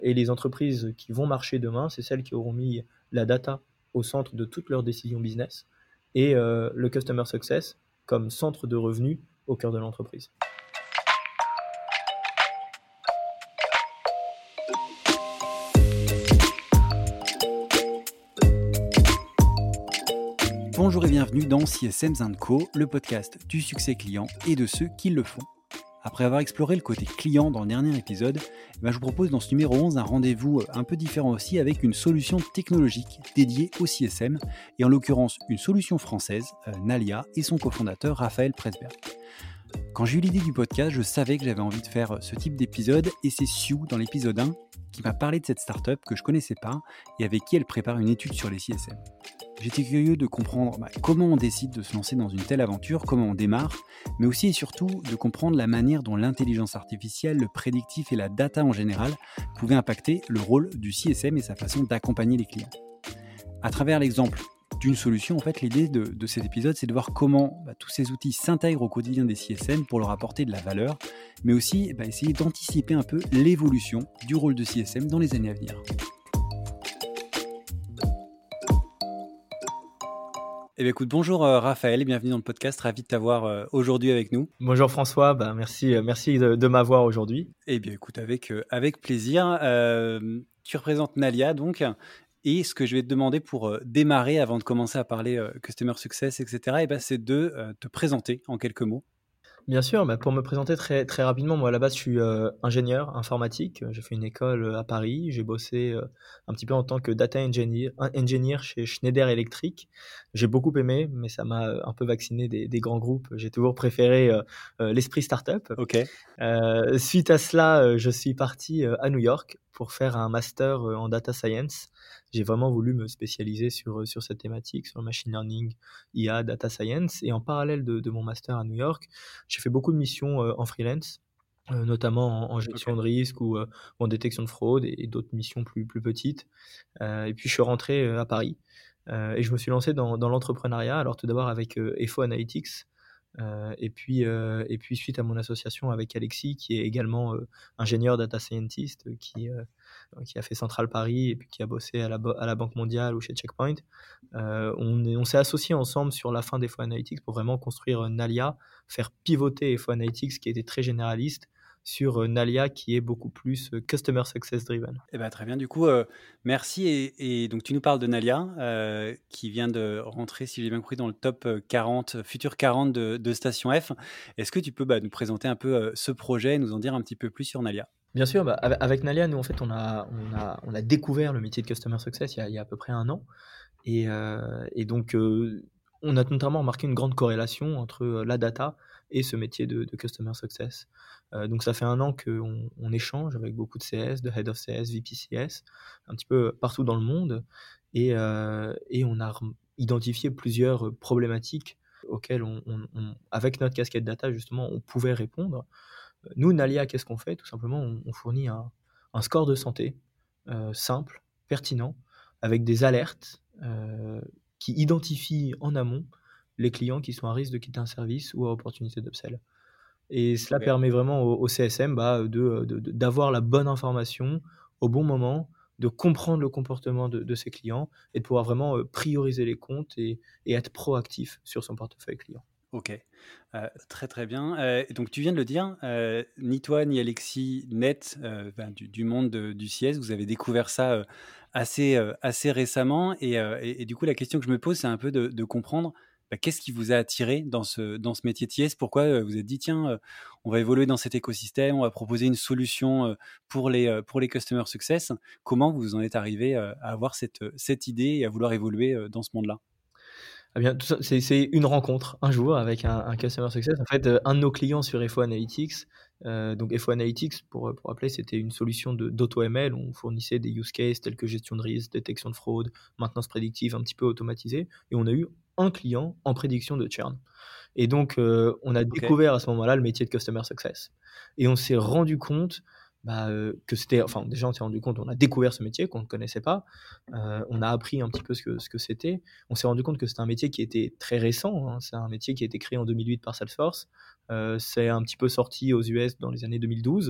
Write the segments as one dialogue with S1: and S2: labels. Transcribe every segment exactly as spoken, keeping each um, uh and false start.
S1: Et les entreprises qui vont marcher demain, c'est celles qui auront mis la data au centre de toutes leurs décisions business et euh, le customer success comme centre de revenus au cœur de l'entreprise.
S2: Bonjour et bienvenue dans C S M and Co, le podcast du succès client et de ceux qui le font. Après avoir exploré le côté client dans le dernier épisode, eh ben je vous propose dans ce numéro onze un rendez-vous un peu différent aussi avec une solution technologique dédiée au C S M et en l'occurrence une solution française, euh, Nalia, et son cofondateur Raphaël Presberg. Quand j'ai eu l'idée du podcast, je savais que j'avais envie de faire ce type d'épisode et c'est Sue dans l'épisode un qui m'a parlé de cette startup que je connaissais pas et avec qui elle prépare une étude sur les C S M. J'étais curieux de comprendre bah, comment on décide de se lancer dans une telle aventure, comment on démarre, mais aussi et surtout de comprendre la manière dont l'intelligence artificielle, le prédictif et la data en général pouvaient impacter le rôle du C S M et sa façon d'accompagner les clients. À travers l'exemple d'une solution, en fait, l'idée de, de cet épisode, c'est de voir comment bah, tous ces outils s'intègrent au quotidien des C S M pour leur apporter de la valeur, mais aussi bah, essayer d'anticiper un peu l'évolution du rôle de C S M dans les années à venir. Eh bien, écoute, bonjour euh, Raphaël et bienvenue dans le podcast, ravi de t'avoir euh, aujourd'hui avec nous.
S1: Bonjour François, bah merci, euh, merci de, de m'avoir aujourd'hui.
S2: Eh bien écoute, avec, euh, avec plaisir. Euh, tu représentes Nalia donc, et ce que je vais te demander pour euh, démarrer avant de commencer à parler euh, Customer Success, et cetera, eh ben, c'est de euh, te présenter en quelques mots.
S1: Bien sûr, bah pour me présenter très, très rapidement, moi à la base je suis euh, ingénieur informatique, j'ai fait une école euh, à Paris, j'ai bossé euh, un petit peu en tant que data engineer, un- engineer chez Schneider Electric. J'ai beaucoup aimé, mais ça m'a euh, un peu vacciné des, des grands groupes. J'ai toujours préféré euh, euh, l'esprit startup.
S2: Ok.
S1: Euh, suite à cela, euh, je suis parti euh, à New York pour faire un master euh, en data science. J'ai vraiment voulu me spécialiser sur, euh, sur cette thématique, sur le machine learning, I A, data science. Et en parallèle de, de mon master à New York, j'ai fait beaucoup de missions euh, en freelance, euh, notamment en, en gestion
S2: Ok.
S1: de risque ou, euh, ou en détection de fraude et, et d'autres missions plus, plus petites. Euh, et puis je suis rentré euh, à Paris euh, et je me suis lancé dans, dans l'entrepreneuriat. Alors tout d'abord avec euh, E F O Analytics. Euh, et, puis, euh, et puis suite à mon association avec Alexis, qui est également euh, ingénieur data scientist, euh, qui, euh, qui a fait Central Paris et puis qui a bossé à la, à la Banque mondiale ou chez Checkpoint, euh, on, est, on s'est associés ensemble sur la fin d'E F O Analytics pour vraiment construire Nalia, faire pivoter E F O Analytics qui était très généraliste sur Nalia qui est beaucoup plus Customer Success Driven.
S2: Eh ben, très bien, du coup, euh, merci. Et, et donc, tu nous parles de Nalia, euh, qui vient de rentrer, si j'ai bien compris, dans le top quarante, futur quarante de, de Station F. Est-ce que tu peux bah, nous présenter un peu euh, ce projet et nous en dire un petit peu plus sur Nalia ?
S1: Bien sûr, bah, avec avec Nalia, nous en fait, on a, on a, on a découvert le métier de Customer Success il y a, il y a à peu près un an. Et, euh, et donc, euh, on a notamment remarqué une grande corrélation entre euh, la data et ce métier de, de Customer Success. Euh, donc, ça fait un an qu'on on échange avec beaucoup de C S, de Head of C S, V P C S, un petit peu partout dans le monde. Et, euh, et on a rem- identifié plusieurs problématiques auxquelles, on, on- on- avec notre casquette data, justement, on pouvait répondre. Nous, Nalia, qu'est-ce qu'on fait? Tout simplement, on, on fournit un, un score de santé euh, simple, pertinent, avec des alertes euh, qui identifient en amont les clients qui sont à risque de quitter un service ou à opportunité d'upsell. Et cela
S2: Ok.
S1: permet vraiment au, au C S M bah, de, de- de- d'avoir la bonne information au bon moment, de comprendre le comportement de, de ses clients et de pouvoir vraiment euh, prioriser les comptes et, et être proactif sur son portefeuille client.
S2: Ok, Euh, très très bien. Euh, donc tu viens de le dire, euh, ni toi ni Alexis Net euh, ben, du, du monde de- du C S, vous avez découvert ça euh, assez, euh, assez récemment. Et, euh, et- et du coup, la question que je me pose, c'est un peu de, de comprendre bah, qu'est-ce qui vous a attiré dans ce, dans ce métier de C S. Pourquoi euh, vous êtes dit, tiens, euh, on va évoluer dans cet écosystème, on va proposer une solution euh, pour les, euh, pour les Customer Success. Comment vous en êtes arrivé euh, à avoir cette, cette idée et à vouloir évoluer euh, dans ce monde-là?
S1: Ah bien, tout ça, c'est c'est une rencontre un jour avec un, un customer success. En fait, euh, un de nos clients sur F O Analytics, euh, donc F O Analytics, pour, pour rappeler, c'était une solution de- d'auto-M L où on fournissait des use cases tels que gestion de risque, détection de fraude, maintenance prédictive un petit peu automatisée. Et on a eu un client en prédiction de churn. Et donc, euh, on a
S2: Ok,
S1: découvert à ce moment-là le métier de Customer Success. Et on s'est rendu compte bah, euh, que c'était, enfin, déjà, on s'est rendu compte, on a découvert ce métier qu'on ne connaissait pas. Euh, on a appris un petit peu ce que, ce que c'était. On s'est rendu compte que c'était un métier qui était très récent, hein. C'est un métier qui a été créé en deux mille huit par Salesforce. Euh, c'est un petit peu sorti aux U S dans les années deux mille douze.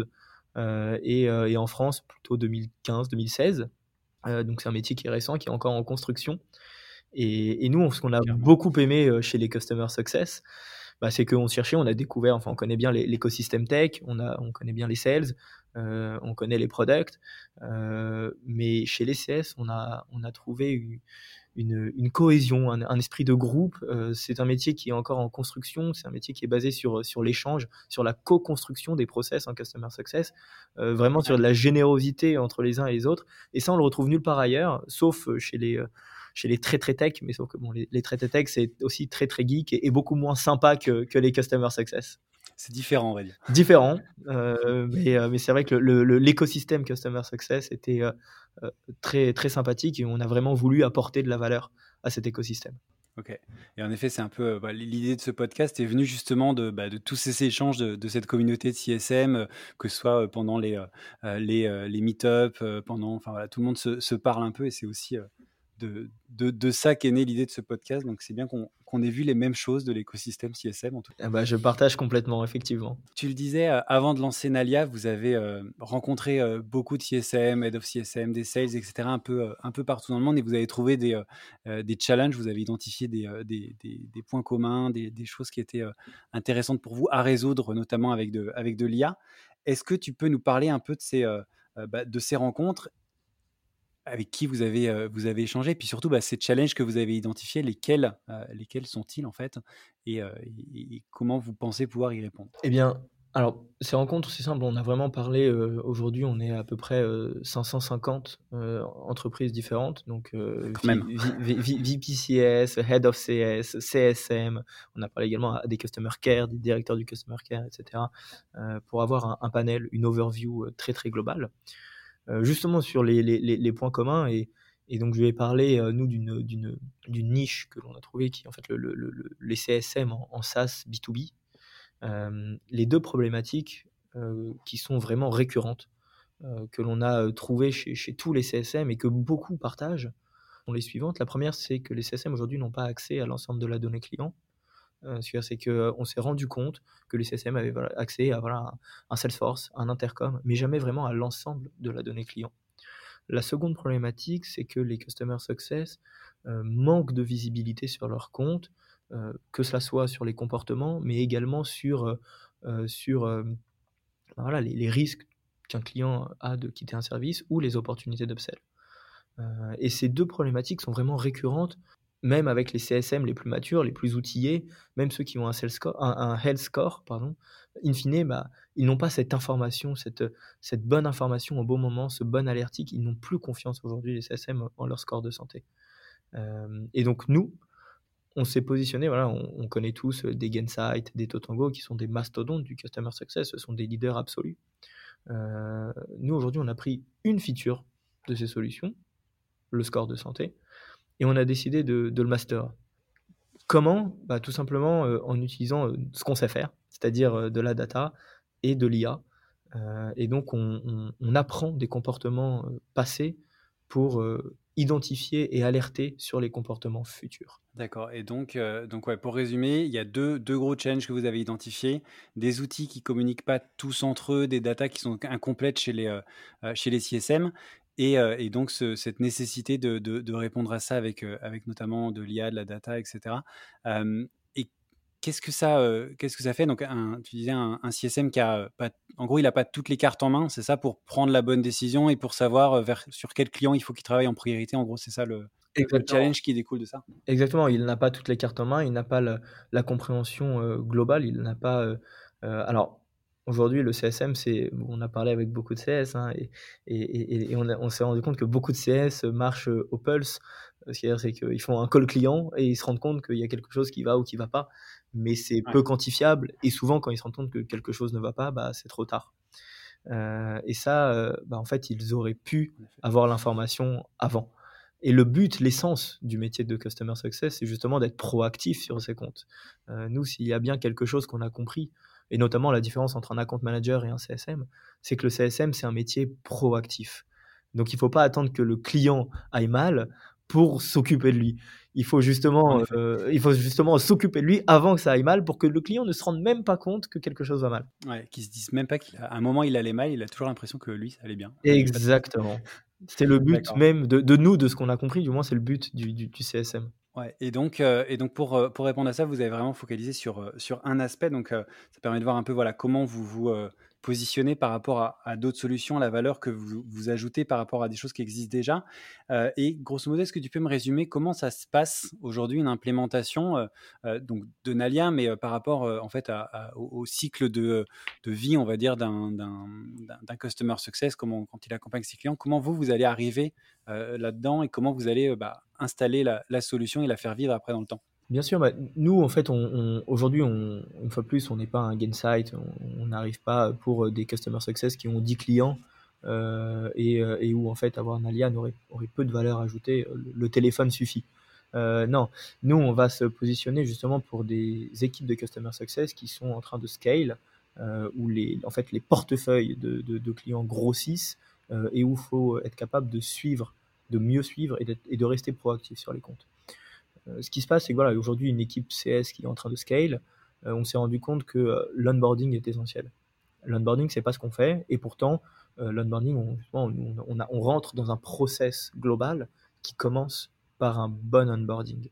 S1: euh, et, euh, et en France plutôt deux mille quinze deux mille seize. Euh, donc c'est un métier qui est récent, qui est encore en construction. Et, et nous, ce qu'on a
S2: Clairement.
S1: beaucoup aimé euh, chez les Customer Success, bah, c'est qu'on cherchait, on a découvert, enfin on connaît bien les- l'écosystème tech, on, a, on connaît bien les sales, euh, on connaît les products, euh, mais chez les C S, on a, on a trouvé une, une, une cohésion, un, un esprit de groupe. Euh, c'est un métier qui est encore en construction, c'est un métier qui est basé sur, sur l'échange, sur la co-construction des process en Customer Success, euh, vraiment sur de la générosité entre les uns et les autres. Et ça, on le retrouve nulle part ailleurs, sauf chez les... euh, chez les très très tech, mais sauf que bon, les, les très très tech, c'est aussi très très geek et, et beaucoup moins sympa que, que les Customer Success.
S2: C'est différent, on va dire.
S1: Différent, euh, mais, euh, mais c'est vrai que le, le, l'écosystème Customer Success était euh, euh, très, très sympathique et on a vraiment voulu apporter de la valeur à cet écosystème.
S2: Ok. Et en effet, c'est un peu euh, bah, l'idée de ce podcast est venue justement de, bah, de tous ces échanges de, de cette communauté de C S M, euh, que ce soit euh, pendant les, euh, les, euh, les meet-up, euh, pendant, enfin voilà, tout le monde se, se parle un peu et c'est aussi euh, de, de, de ça qu'est née l'idée de ce podcast. Donc c'est bien qu'on qu'on ait vu les mêmes choses de l'écosystème C S M en tout cas.
S1: Ah bah, je partage complètement, effectivement.
S2: Tu le disais, euh, avant de lancer Nalia, vous avez euh, rencontré euh, beaucoup de C S M, Head of C S M, des sales, et cetera, un peu, euh, un peu partout dans le monde et vous avez trouvé des, euh, euh, des challenges, vous avez identifié des, euh, des, des, des points communs, des, des choses qui étaient euh, intéressantes pour vous à résoudre, notamment avec de, avec de l'I A. Est-ce que tu peux nous parler un peu de ces, euh, euh, bah, de ces rencontres avec qui vous avez, euh, vous avez échangé, puis surtout bah, ces challenges que vous avez identifiés, lesquels, euh, lesquels sont-ils en fait, et, euh, et, et comment vous pensez pouvoir y répondre?
S1: Eh bien, alors, ces rencontres, c'est simple, on a vraiment parlé, euh, aujourd'hui, on est à peu près euh, cinq cent cinquante euh, entreprises différentes, donc euh,
S2: Quand
S1: V-
S2: même.
S1: V- V- V P C S, Head of C S, C S M, on a parlé également à des Customer Care, des directeurs du Customer Care, et cetera, euh, pour avoir un, un panel, une overview euh, très très globale, euh, justement sur les, les, les, les points communs, et, et donc je vais parler, euh, nous, d'une, d'une, d'une niche que l'on a trouvée, qui est en fait le, le, le- les C S M en, en SaaS B deux B. Euh, les deux problématiques euh, qui sont vraiment récurrentes, euh, que l'on a euh, trouvées chez, chez tous les C S M et que beaucoup partagent, sont les suivantes. La première, c'est que les C S M aujourd'hui n'ont pas accès à l'ensemble de la donnée client. Euh, c'est-à-dire, c'est qu'on s'est rendu compte que les C S M avaient voilà, accès à voilà, un, un Salesforce, un Intercom, mais jamais vraiment à l'ensemble de la donnée client. La seconde problématique, c'est que les Customer Success euh, manquent de visibilité sur leur compte, euh, que cela soit sur les comportements, mais également sur, euh, euh, sur euh, voilà, les, les risques qu'un client a de quitter un service ou les opportunités d'upsell. Euh, et ces deux problématiques sont vraiment récurrentes, même avec les C S M les plus matures, les plus outillés, même ceux qui ont un, sales score, un, un health score, pardon, in fine, bah, ils n'ont pas cette information, cette, cette bonne information au bon moment, ce bon alertique. Ils n'ont plus confiance aujourd'hui, les C S M, en leur score de santé. Euh, et donc, nous, on s'est positionné, voilà, on, on connaît tous des Gainsight, des Totango, qui sont des mastodontes du Customer Success, ce sont des leaders absolus. Euh, nous, aujourd'hui, on a pris une feature de ces solutions, le score de santé, et on a décidé de, de le master. Comment? Bah, tout simplement euh, en utilisant euh, ce qu'on sait faire, c'est-à-dire euh, de la data et de l'I A. Euh, et donc, on, on- on apprend des comportements euh, passés pour euh, identifier et alerter sur les comportements futurs.
S2: D'accord. Et donc, euh, donc ouais, pour résumer, il y a deux, deux gros challenges que vous avez identifiés. Des outils qui communiquent pas tous entre eux, des datas qui sont incomplètes chez les, euh, euh, chez les C S M. Et, euh, et donc, ce- cette nécessité de, de- de répondre à ça avec, euh, avec notamment de l'I A, de la data, et cetera. Euh, et qu'est-ce que ça, euh, qu'est-ce que ça fait? Donc, un, tu disais un, un C S M qui a pas, en gros, il n'a pas toutes les cartes en main, c'est ça, pour prendre la bonne décision et pour savoir euh, vers, sur quel client il faut qu'il travaille en priorité. En gros, c'est ça le, le le
S1: Exactement.
S2: challenge qui découle de ça.
S1: Exactement, il n'a pas toutes les cartes en main, il n'a pas la, la compréhension euh, globale, il n'a pas... euh, euh, alors, aujourd'hui, le C S M, c'est, on a parlé avec beaucoup de C S, hein, et, et, et- et on, a- on s'est rendu compte que beaucoup de C S marchent euh, au pulse, euh, c'est-à-dire c'est qu'ils font un call client et ils se rendent compte qu'il y a quelque chose qui va ou qui va pas, mais c'est
S2: Ouais.
S1: peu quantifiable, et souvent, quand ils se rendent compte que quelque chose ne va pas, bah, c'est trop tard. Euh, et ça, euh, bah, en fait, ils auraient pu
S2: En effet.
S1: avoir l'information avant. Et le but, l'essence du métier de Customer Success, c'est justement d'être proactif sur ces comptes. Euh, nous, s'il y a bien quelque chose qu'on a compris, et notamment la différence entre un account manager et un C S M, c'est que le C S M, c'est un métier proactif. Donc, il ne faut pas attendre que le client aille mal pour s'occuper de lui. Il faut justement, euh, il faut justement s'occuper de lui avant que ça aille mal pour que le client ne se rende même pas compte que quelque chose va mal.
S2: Ouais, qu'il se dise même pas qu'à un moment il allait mal, il a toujours l'impression que lui ça allait bien.
S1: Exactement. C'est le but
S2: D'accord.
S1: même de, de nous, de ce qu'on a compris, du moins c'est le but du, du, du C S M.
S2: Ouais, et donc, euh, et donc pour, euh, pour répondre à ça, vous avez vraiment focalisé sur, euh, sur un aspect. Donc, euh, ça permet de voir un peu voilà, comment vous vous euh, positionnez par rapport à, à d'autres solutions, la valeur que vous, vous ajoutez par rapport à des choses qui existent déjà. Euh, et grosso modo, est-ce que tu peux me résumer comment ça se passe aujourd'hui, une implémentation euh, euh, donc de Nalia, mais euh, par rapport euh, en fait à, à- au, au cycle de, de vie, on va dire, d'un, d'un, d'un- d'un customer success, comment, quand il accompagne ses clients, comment vous, vous allez arriver euh, là-dedans et comment vous allez euh, bah, installer la, la solution et la faire vivre après dans le temps.
S1: Bien sûr, bah, nous, en fait, on, on- aujourd'hui, on, une fois de plus, on n'est pas un Gainsight, on on n'arrive pas pour des Customer Success qui ont dix clients euh, et, euh, et où, en fait, avoir un Nalia aurait, aurait peu de valeur ajoutée, le, le téléphone suffit. Euh, non, nous, on va se positionner justement pour des équipes de Customer Success qui sont en train de scale, euh, où les, en fait, les portefeuilles de, de- de clients grossissent euh, et où il faut être capable de suivre, de mieux suivre et, d'être- et de rester proactif sur les comptes. Euh, ce qui se passe, c'est que voilà, aujourd'hui, une équipe C S qui est en train de scale, euh, on s'est rendu compte que euh, l'onboarding est essentiel. L'onboarding, c'est pas ce qu'on fait, et pourtant, euh, l'onboarding, on, on, on, a- on rentre dans un process global qui commence par un bon onboarding.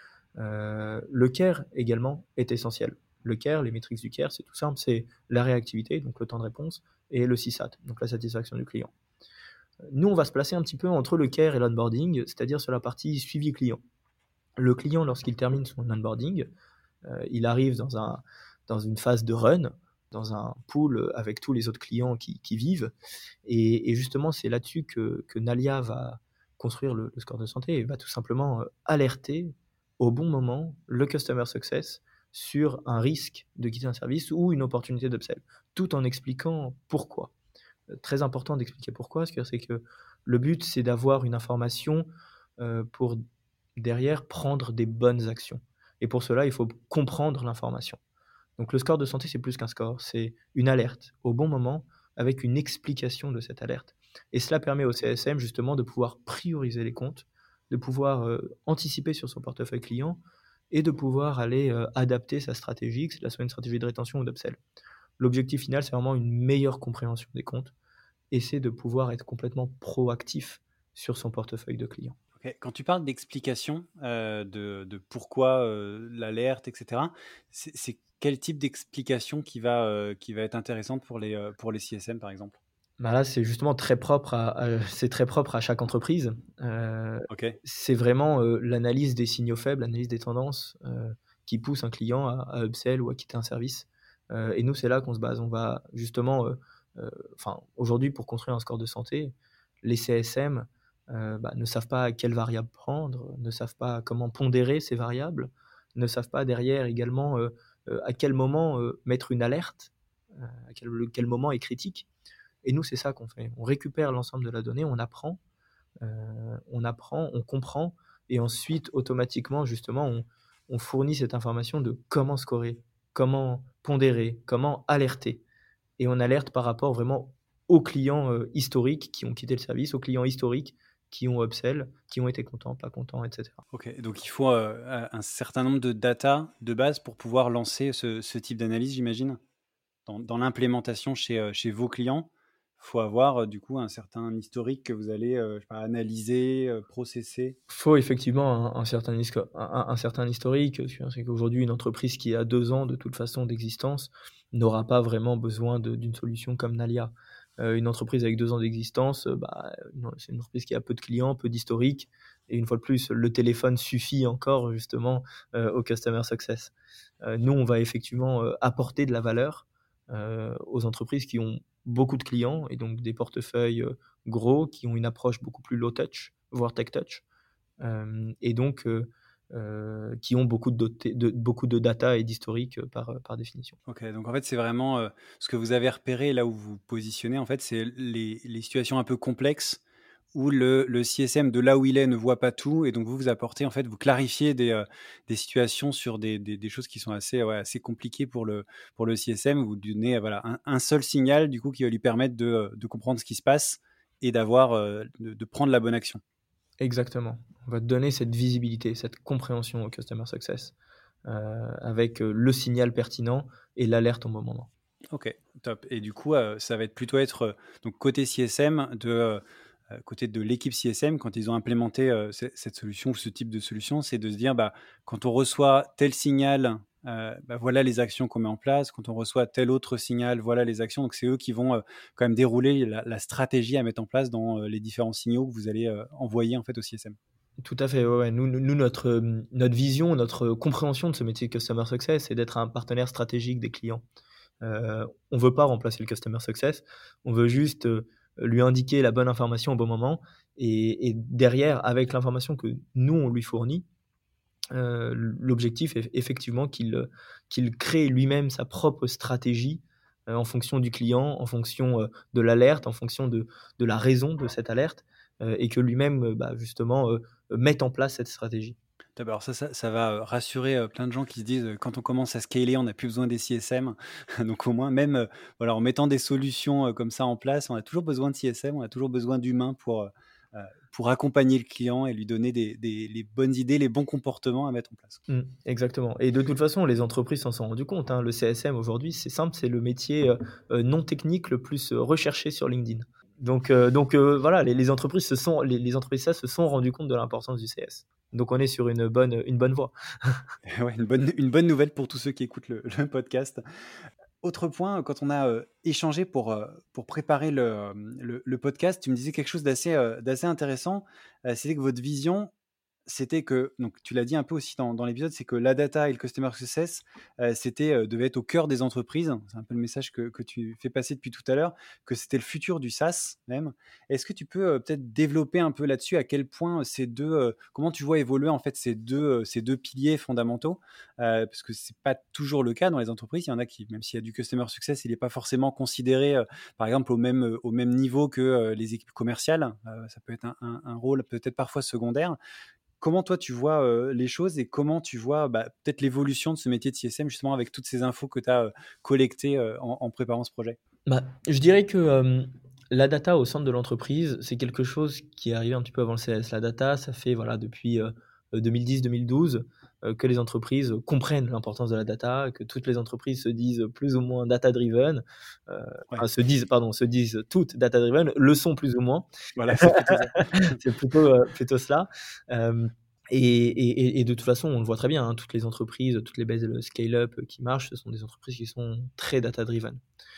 S1: Euh, le care également est essentiel. Le care, les métriques du care, c'est tout simple, c'est la réactivité, donc le temps de réponse, et le C SAT, donc la satisfaction du client. Nous, on va se placer un petit peu entre le care et l'onboarding, c'est-à-dire sur la partie suivi client. Le client, lorsqu'il termine son onboarding, euh, il arrive dans, un, dans une phase de run, dans un pool avec tous les autres clients qui, qui vivent. Et, et justement, c'est là-dessus que, que Nalia va construire le, le score de santé et va tout simplement euh, alerter au bon moment le customer success sur un risque de quitter un service ou une opportunité d'upsell, tout en expliquant pourquoi. Euh, Très important d'expliquer pourquoi, parce que c'est que le but, c'est d'avoir une information euh, pour derrière prendre des bonnes actions. Et pour cela, il faut comprendre l'information. Donc le score de santé, c'est plus qu'un score, c'est une alerte au bon moment avec une explication de cette alerte. Et cela permet au C S M justement de pouvoir prioriser les comptes, de pouvoir euh, anticiper sur son portefeuille client et de pouvoir aller euh, adapter sa stratégie, que ce soit une stratégie de rétention ou d'upsell. L'objectif final, c'est vraiment une meilleure compréhension des comptes et c'est de pouvoir être complètement proactif sur son portefeuille de clients.
S2: Okay. Quand tu parles d'explication euh, de, de pourquoi euh, l'alerte, et cetera, c'est, c'est quel type d'explication qui va, euh, qui va être intéressante pour les, euh, pour les C S M, par exemple?
S1: Bah là, c'est justement très propre à, à- c'est très propre à chaque entreprise. Euh,
S2: Ok.
S1: c'est vraiment euh, l'analyse des signaux faibles, l'analyse des tendances euh, qui poussent un client à, à upsell ou à quitter un service. Euh, et nous, c'est là qu'on se base. On va justement, euh, euh, enfin, aujourd'hui, pour construire un score de santé, les C S M euh, bah, ne savent pas quelles variables prendre, ne savent pas comment pondérer ces variables, ne savent pas derrière également euh, euh, à quel moment euh, mettre une alerte, euh, à quel, quel moment est critique. Et nous, c'est ça qu'on fait. On récupère l'ensemble de la donnée, on apprend, euh, on apprend, on comprend, et ensuite, automatiquement, justement, on, on fournit cette information de comment scorer, comment pondérer, comment alerter. Et on alerte par rapport vraiment aux clients euh, historiques qui ont quitté le service, aux clients historiques qui ont upsell, qui ont été contents, pas contents, et cetera.
S2: Ok. Donc il faut euh, un certain nombre de data de base pour pouvoir lancer ce, ce type d'analyse, j'imagine. Dans, dans l'implémentation chez, euh, chez vos clients, il faut avoir euh, du coup un certain historique que vous allez euh, je sais pas, analyser, euh, processer.
S1: Faut effectivement un, un certain, hisco- un, un certain historique. C'est qu'aujourd'hui, une entreprise qui a deux ans de toute façon d'existence n'aura pas vraiment besoin de- d'une solution comme Nalia. Euh, une entreprise avec deux ans d'existence, euh, bah, non, c'est une entreprise qui a peu de clients, peu d'historique. Et une fois de plus, le téléphone suffit encore justement euh, au customer success. Euh, nous, on va effectivement euh, apporter de la valeur euh, aux entreprises qui ont beaucoup de clients et donc des portefeuilles euh, gros, qui ont une approche beaucoup plus low touch, voire tech touch euh, et donc euh, euh, qui ont beaucoup de, doté- de, beaucoup de data et d'historique euh, par, par définition.
S2: Ok, donc en fait, c'est vraiment euh, ce que vous avez repéré là où vous vous positionnez. En fait, c'est les, les situations un peu complexes où le, le C S M de là où il est ne voit pas tout, et donc vous vous apportez en fait, vous clarifiez des, euh, des situations sur des, des, des choses qui sont assez, ouais, assez compliquées pour le, pour le C S M. Vous donnez euh, voilà, un, un seul signal du coup qui va lui permettre de, de comprendre ce qui se passe et d'avoir, euh, de, de prendre la bonne action.
S1: Exactement. On va te donner cette visibilité, cette compréhension au customer success, heu, avec, heu, le signal pertinent et l'alerte au bon moment.
S2: OK, top. Et du coup, heu, ça va être plutôt être, heu, donc côté C S M de, heu heu, côté de l'équipe C S M quand ils ont implémenté, heu, ce cette solution ou ce type de solution, c'est de se dire: «Bah, quand on reçoit tel signal, heu, bah, voilà les actions qu'on met en place. Quand on reçoit tel autre signal, voilà les actions». Donc c'est eux qui vont, heu, quand même dérouler la la stratégie à mettre en place dans, heu, les différents signaux que vous allez, heu, envoyer en fait au C S M.
S1: Tout à fait, ouais, ouais. Nous nous nous, notre, hem, notre vision, notre compréhension de ce métier de customer success, c'est d'être un partenaire stratégique des clients. Heu, on veut pas remplacer le customer success, on veut juste, heu, lui indiquer la bonne information au bon moment et et derrière, avec l'information que nous, on lui fournit, heu, l'objectif est effectivement qu'il, heu, qu'il crée lui-même sa propre stratégie, heu, en fonction du client, en fonction, heu, de l'alerte, en fonction de de la raison de cette alerte, heu et que lui-même, heu, bah, justement, heu, mette en place cette stratégie.
S2: Top, alors ça ça ça va, heu, rassurer, heu, plein de gens qui se disent, heu: «Quand on commence à scaler, on n'a plus besoin des C S M». Donc au moins même, heu, voilà, en mettant des solutions, heu, comme ça en place, on a toujours besoin de C S M, on a toujours besoin d'humains pour, heu heu, pour accompagner le client et lui donner des des les bonnes idées, les bons comportements à mettre en place.
S1: Mmh, exactement et de toute façon, les entreprises s'en sont rendues compte, hein. Le C S M aujourd'hui, c'est simple, c'est le métier, heu heu, non technique le plus, heu, recherché sur LinkedIn. Donc heu donc heu, voilà, les les entreprises se sont les les entreprises ça se sont rendues compte de l'importance du C S. Donc on est sur une bonne, une bonne voie.
S2: Ouais, une bonne une bonne nouvelle pour tous ceux qui écoutent le le podcast. Autre point, quand on a, heu, échangé pour, heu, pour préparer le, hem, le le podcast, tu me disais quelque chose d'assez, heu, d'assez intéressant, heu, c'était que votre vision, c'était que donc tu l'as dit un peu aussi dans dans l'épisode, c'est que la data et le customer success, heu, c'était, heu, devait être au cœur des entreprises. C'est un peu le message que que tu fais passer depuis tout à l'heure, que c'était le futur du SaaS même. Est-ce que tu peux, heu, peut-être développer un peu là-dessus, à quel point ces deux, heu comment tu vois évoluer en fait ces deux, heu, ces deux piliers fondamentaux? Heu, parce que c'est pas toujours le cas dans les entreprises. Il y en a qui, même s'il y a du customer success, il est pas forcément considéré, heu, par exemple au même, heu, au même niveau que, heu, les équipes commerciales. Heu, ça peut être un un un rôle peut-être parfois secondaire. Comment toi tu vois, heu, les choses et comment tu vois, bah, peut-être l'évolution de ce métier de C S M justement avec toutes ces infos que tu as, heu, collectées, heu, en en préparant ce projet?
S1: Bah, je dirais que, hem, la data au centre de l'entreprise, c'est quelque chose qui est arrivé un petit peu avant le C S. La data, ça fait voilà depuis, heu heu, deux mille dix-deux mille douze, heu, que les entreprises comprennent l'importance de la data, que toutes les entreprises se disent plus ou moins data driven, heu,
S2: Ouais,
S1: enfin se disent pardon, se disent toutes data driven, le sont plus ou moins.
S2: voilà, c'est plutôt ça.
S1: C'est plutôt, heu, plutôt cela, hem et et et et de toute façon, on le voit très bien, hein, toutes les entreprises, toutes les belles scale-up qui marchent, ce sont des entreprises qui sont très data driven.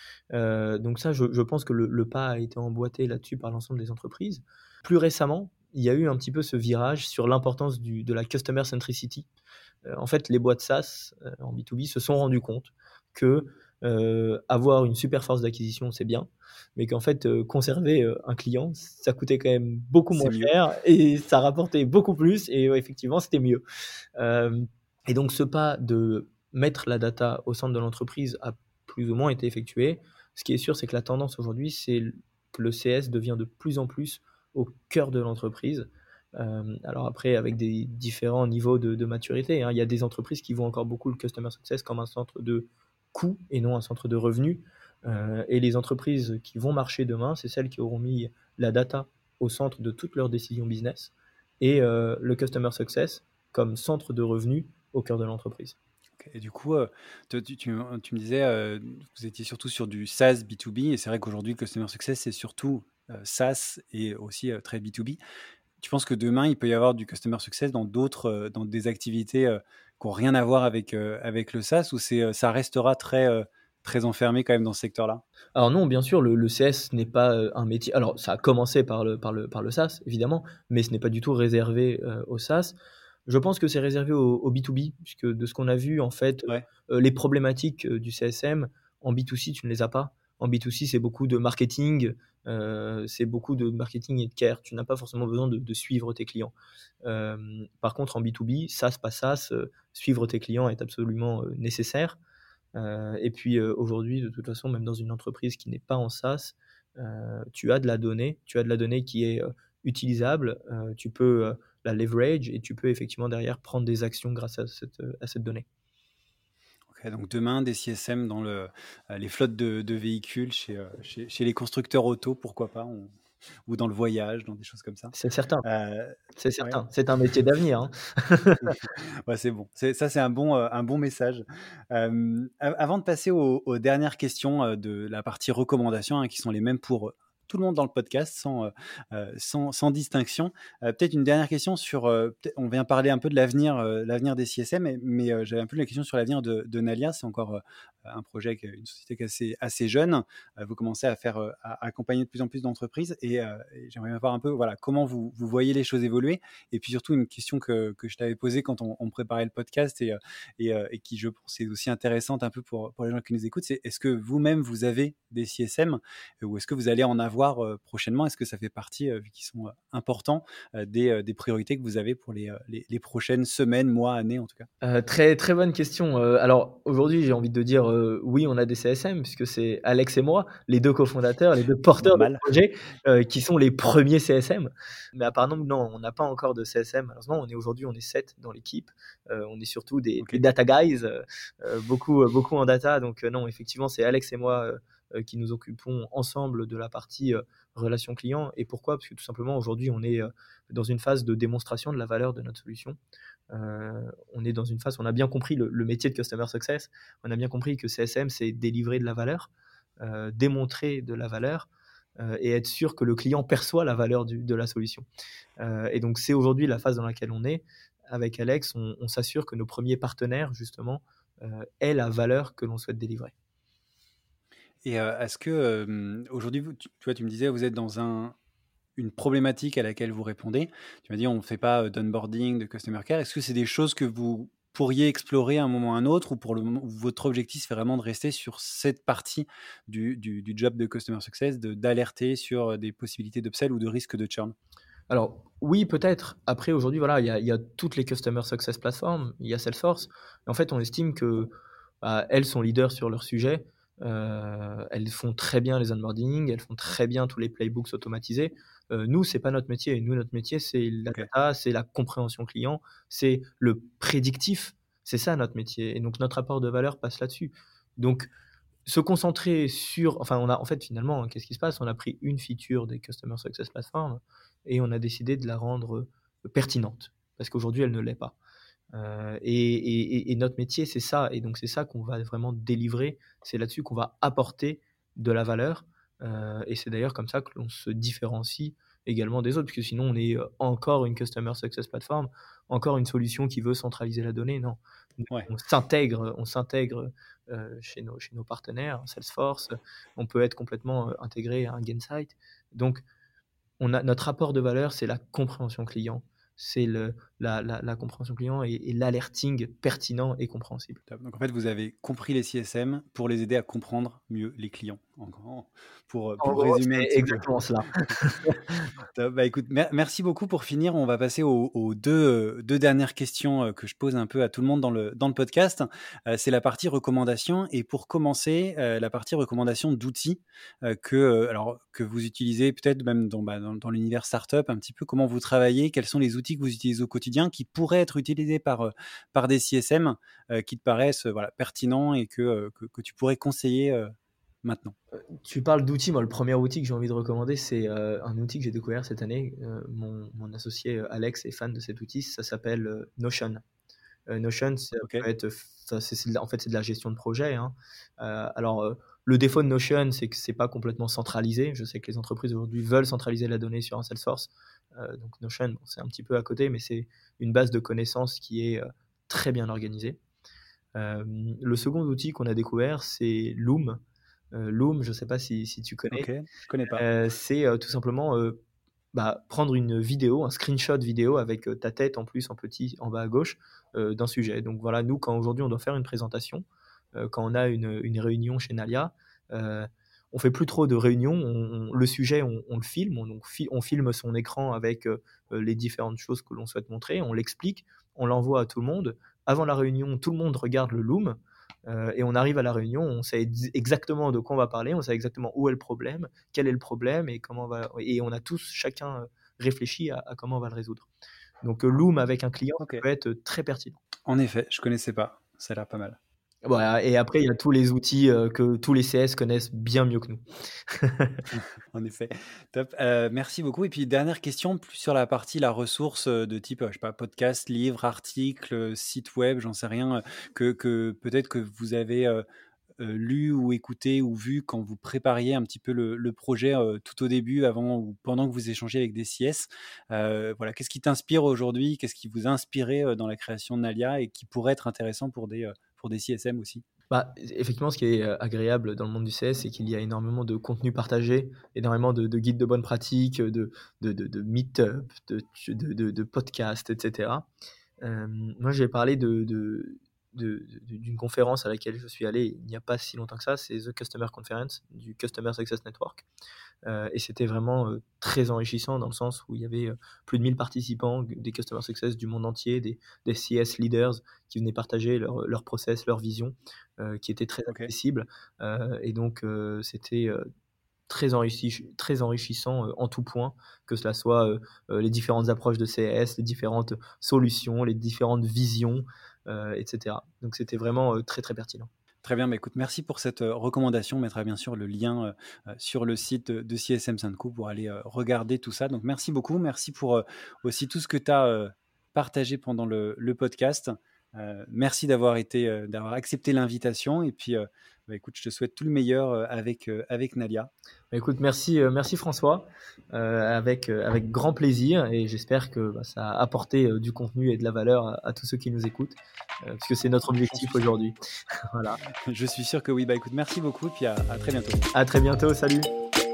S1: Heu, donc ça, je je pense que le le pas a été emboîté là-dessus par l'ensemble des entreprises. Plus récemment, il y a eu un petit peu ce virage sur l'importance du de la customer centricity. Heu, en fait, les boîtes SaaS, heu, en B deux B se sont rendues compte que, heu, avoir une super force d'acquisition, c'est bien, mais qu'en fait, heu, conserver, heu, un client, ça coûtait quand même beaucoup
S2: C'est
S1: moins
S2: mieux.
S1: cher et ça rapportait beaucoup plus et ouais, effectivement, c'était mieux. Hem et donc ce pas de mettre la data au centre de l'entreprise a plus ou moins été effectué. Ce qui est sûr, c'est que la tendance aujourd'hui, c'est l que le C S devient de plus en plus au cœur de l'entreprise. Hem, alors après avec des différents niveaux de de maturité, hein. Il y a des entreprises qui voient encore beaucoup le customer success comme un centre de coût et non un centre de revenus. Heu et les entreprises qui vont marcher demain, c'est celles qui auront mis la data au centre de toutes leurs décisions business et heu, le customer success comme centre de revenus au cœur de l'entreprise.
S2: OK. Et du coup, heu, toi tu tu me tu me disais, heu, vous étiez surtout sur du SaaS B deux B et c'est vrai qu'aujourd'hui le customer success c'est surtout, heu, SaaS et aussi, heu, très B deux B. Tu penses que demain, il peut y avoir du customer success dans d'autres, heu, dans des activités, heu, qui ont rien à voir avec, heu, avec le SaaS ou c'est, heu, ça restera très, heu, très enfermé quand même dans ce secteur-là?
S1: Alors non, bien sûr, le le C S n'est pas, heu, un métier alors ça a commencé par le par le par le SaaS évidemment, mais ce n'est pas du tout réservé, heu, au SaaS. Je pense que c'est réservé au au B deux B puisque de ce qu'on a vu en fait,
S2: Ouais,
S1: heu, les problématiques, heu, du C S M, en B deux C tu ne les as pas. En B deux C c'est beaucoup de marketing, heu, c'est beaucoup de marketing et de care. Tu n'as pas forcément besoin de de suivre tes clients. Hem, par contre en B deux B, SaaS, pas SaaS, heu, suivre tes clients est absolument, heu, nécessaire. Heu et puis, heu, aujourd'hui, de toute façon, même dans une entreprise qui n'est pas en SaaS, heu, tu as de la donnée, tu as de la donnée qui est, heu, utilisable, heu, tu peux, heu, la leverage et tu peux effectivement derrière prendre des actions grâce à cette, heu, à cette donnée.
S2: OK, donc demain des C S M dans le, heu, les flottes de de véhicules chez, heu, chez chez les constructeurs auto, pourquoi pas? On ou dans le voyage, dans des choses comme ça.
S1: C'est certain,
S2: Euh,
S1: c'est
S2: ouais.
S1: certain. C'est un métier d'avenir, hein.
S2: Ouais, c'est bon. C'est, ça, c'est un bon, euh, un bon message. Euh, avant de passer aux, aux dernières questions euh, de la partie recommandations, hein, qui sont les mêmes pour euh, tout le monde dans le podcast, sans, euh, euh, sans, sans distinction. Euh, peut-être une dernière question sur. Euh, on vient parler un peu de l'avenir, euh, l'avenir des C S M, mais, mais euh, j'avais un peu la question sur l'avenir de, de Nalia. C'est encore euh, un projet, une société qui est assez, assez jeune. Euh, vous commencez à faire, euh, à accompagner de plus en plus d'entreprises, et, euh, et j'aimerais voir un peu, voilà, comment vous, vous voyez les choses évoluer. Et puis surtout, une question que, que je t'avais posée quand on, on préparait le podcast et, et, et qui, je pense, est aussi intéressante un peu pour, pour les gens qui nous écoutent, c'est est-ce que vous-même, vous avez des C S M ou est-ce que vous allez en avoir euh, prochainement? Est-ce que ça fait partie, euh, vu qu'ils sont euh, importants, euh, des, euh, des priorités que vous avez pour les, euh, les, les prochaines semaines, mois, années en tout cas?
S1: Euh, très, très bonne question. Euh, alors aujourd'hui, j'ai envie de dire euh, oui, on a des C S M, puisque c'est Alex et moi, les deux cofondateurs, les deux porteurs de
S2: Normal.
S1: projet, euh, qui sont les premiers C S M. Mais apparemment, non, on n'a pas encore de C S M. Malheureusement, on est aujourd'hui, on est sept dans l'équipe. Euh, on est surtout des,
S2: Ok.
S1: des data guys, euh, euh, beaucoup, euh, beaucoup en data. Donc euh, non, effectivement, c'est Alex et moi euh, euh, qui nous occupons ensemble de la partie euh, relation client. Et pourquoi? Parce que tout simplement, aujourd'hui, on est euh, dans une phase de démonstration de la valeur de notre solution. Euh, on est dans une phase, on a bien compris le, le métier de Customer Success, on a bien compris que C S M, c'est délivrer de la valeur, euh, démontrer de la valeur euh, et être sûr que le client perçoit la valeur du, de la solution. Euh, et donc, c'est aujourd'hui la phase dans laquelle on est. Avec Alex, on, on s'assure que nos premiers partenaires, justement, euh, aient la valeur que l'on souhaite délivrer.
S2: Et euh, est-ce que euh, aujourd'hui, vous- tu, tu vois, tu me disais, vous êtes dans un, une problématique à laquelle vous répondez. Tu m'as dit, on ne fait pas euh, d'onboarding, de customer care. Est-ce que c'est des choses que vous pourriez explorer à un moment ou à un autre, ou pour le moment, votre objectif, c'est vraiment de rester sur cette partie du, du, du job de customer success, de, d'alerter sur des possibilités d'upsell ou de risque de churn?
S1: Alors, oui, peut-être. Après, aujourd'hui, voilà, il y a, il y a toutes les Customer Success Platforms, il y a Salesforce. Et en fait, on estime que bah, elles sont leaders sur leur sujet. Euh, elles font très bien les onboarding, elles font très bien tous les playbooks automatisés. Euh, nous, c'est pas notre métier. Nous, notre métier, c'est la
S2: Ok.
S1: data, c'est la compréhension client, c'est le prédictif. C'est ça notre métier. Et donc, notre apport de valeur passe là-dessus. Donc, se concentrer sur, enfin, on a en fait finalement, qu'est-ce qui se passe? On a pris une feature des Customer Success Platform et on a décidé de la rendre euh, pertinente parce qu'aujourd'hui elle ne l'est pas. Euh, et, et- et notre métier c'est ça, et donc c'est ça qu'on va vraiment délivrer. C'est là-dessus qu'on va apporter de la valeur. Euh, et c'est d'ailleurs comme ça que l'on se différencie également des autres, puisque sinon on est euh, encore une Customer Success Platform, encore une solution qui veut centraliser la donnée. Non,
S2: Ouais.
S1: on s'intègre, on s'intègre euh, chez nos, chez nos partenaires, Salesforce, on peut être complètement euh, intégré à un Gainsight. Donc, on a, notre rapport de valeur, c'est la compréhension client. C'est le, la, la, la compréhension client et, et l'alerting pertinent et compréhensible.
S2: Top. Donc en fait, vous avez compris les C S M pour les aider à comprendre mieux les clients. En grand, pour,
S1: En
S2: pour
S1: gros,
S2: résumer un
S1: c'est
S2: petit peu.
S1: exactement cela.
S2: Top. Bah, écoute, mer- merci beaucoup pour finir. On va passer aux, aux deux, euh, deux dernières questions euh, que je pose un peu à tout le monde dans le, dans le podcast. Euh, c'est la partie recommandation. Et pour commencer, euh, la partie recommandation d'outils euh, que, euh, alors, que vous utilisez peut-être même dans, bah, dans, dans l'univers startup, un petit peu comment vous travaillez, quels sont les outils que vous utilisez au quotidien qui pourraient être utilisés par, euh, par des C S M euh, qui te paraissent euh, voilà, pertinents et que, euh, que, que tu pourrais conseiller euh, maintenant.
S1: Tu parles d'outils. Moi, le premier outil que j'ai envie de recommander, c'est euh, un outil que j'ai découvert cette année. Euh, mon, mon associé euh, Alex est fan de cet outil. Ça s'appelle euh, Notion. Euh, Notion, ça
S2: Ok.
S1: peut être, ça, c'est, c'est de la- en fait, c'est de la gestion de projet, hein. Euh, alors, euh, le défaut de Notion, c'est que c'est pas complètement centralisé. Je sais que les entreprises aujourd'hui veulent centraliser la donnée sur un Salesforce. Euh, donc Notion, bon, c'est un petit peu à côté, mais c'est une base de connaissances qui est euh, très bien organisée. Euh, le second outil qu'on a découvert, c'est Loom. Euh, Loom, je ne sais pas si, si tu connais.
S2: Ok. Je connais pas.
S1: Euh, c'est euh, tout simplement euh, bah, prendre une vidéo, un screenshot vidéo avec euh, ta tête en plus en petit en bas à gauche euh, d'un sujet. Donc voilà, nous, quand aujourd'hui on doit faire une présentation, euh, quand on a une, une réunion chez Nalia, euh, on fait plus trop de réunions. On, on- le sujet, on, on le filme, on, on fi- on filme son écran avec euh, les différentes choses que l'on souhaite montrer, on l'explique, on l'envoie à tout le monde. Avant la réunion, tout le monde regarde le Loom. Euh, et on arrive à la réunion, on sait exactement de quoi on va parler, on sait exactement où est le problème, quel est le problème et comment on va, et on a tous chacun euh, réfléchi à, à comment on va le résoudre. Donc euh, Loom avec un client, ça
S2: Ok.
S1: peut être très pertinent.
S2: En effet, je connaissais pas. Ça a l'air pas mal.
S1: Voilà, et après, il y a tous les outils euh, que tous les C S connaissent bien mieux que nous.
S2: En effet, top. Heu, merci beaucoup et puis dernière question, plus sur la partie, la ressource, heu, de type, heu, je sais pas, podcast, livre, article, heu, site web, j'en sais rien, heu, que que peut-être que vous avez, heu heu, lu ou écouté ou vu quand vous prépariez un petit peu le le projet, heu, tout au début, avant ou pendant que vous échangez avec des C S? Heu, voilà, qu'est-ce qui t'inspire aujourd'hui? Qu'est-ce qui vous a inspiré, heu, dans la création de Nalia et qui pourrait être intéressant pour des, heu, pour des C S M aussi?
S1: Bah, effectivement, ce qui est, heu, agréable dans le monde du C S, c'est qu'il y a énormément de contenu partagé, énormément de de guides de bonnes pratiques, de de de de meet-up, de de de de podcasts et cetera. Hem, moi, je vais parler de de de de d'une conférence à laquelle je suis allé il n'y a pas si longtemps que ça, c'est The Customer Conference du Customer Success Network. Heu et c'était vraiment, heu, très enrichissant dans le sens où il y avait, heu, plus de mille participants, des Customer Success du monde entier, des des C S leaders qui venaient partager leur, leur process, leur vision, heu, qui était très
S2: OK.
S1: accessible. Heu et donc heu, c'était, heu, très enrichi très enrichissant, heu, en tout point, que cela soit, heu heu, les différentes approches de C S, les différentes solutions, les différentes visions, heu et cetera. Donc c'était vraiment, heu, très, très pertinent.
S2: Très bien, bah, écoute, merci pour cette, heu, recommandation. On mettra bien sûr le lien, heu heu, sur le site, de C S M Synco pour aller, heu, regarder tout ça. Donc merci beaucoup. Merci pour, heu, aussi tout ce que tu as, partagé pendant le le podcast. Heu, merci d'avoir été, heu, d'avoir accepté l'invitation et puis, heu, bah, écoute, je te souhaite tout le meilleur, heu, avec, heu, avec Nalia.
S1: Bah, écoute, merci, heu, merci François, heu, avec, heu, avec grand plaisir, et j'espère que, bah, ça a apporté, heu, du contenu et de la valeur à à tous ceux qui nous écoutent, heu, puisque c'est notre
S2: J'en
S1: objectif
S2: suis sûr.
S1: aujourd'hui. Voilà.
S2: Je suis sûr que oui. Bah, écoute, merci beaucoup et puis à à très bientôt.
S1: À très bientôt, salut.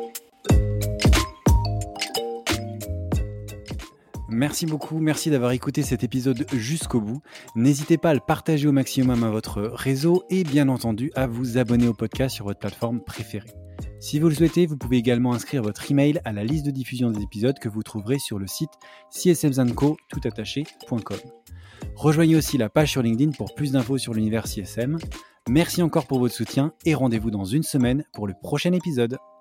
S2: Merci beaucoup, merci d'avoir écouté cet épisode jusqu'au bout. N'hésitez pas à le partager au maximum à votre réseau et bien entendu à vous abonner au podcast sur votre plateforme préférée. Si vous le souhaitez, vous pouvez également inscrire votre email à la liste de diffusion des épisodes que vous trouverez sur le site c s m zanco toutattaché point com. Rejoignez aussi la page sur LinkedIn pour plus d'infos sur l'univers C S M. Merci encore pour votre soutien et rendez-vous dans une semaine pour le prochain épisode.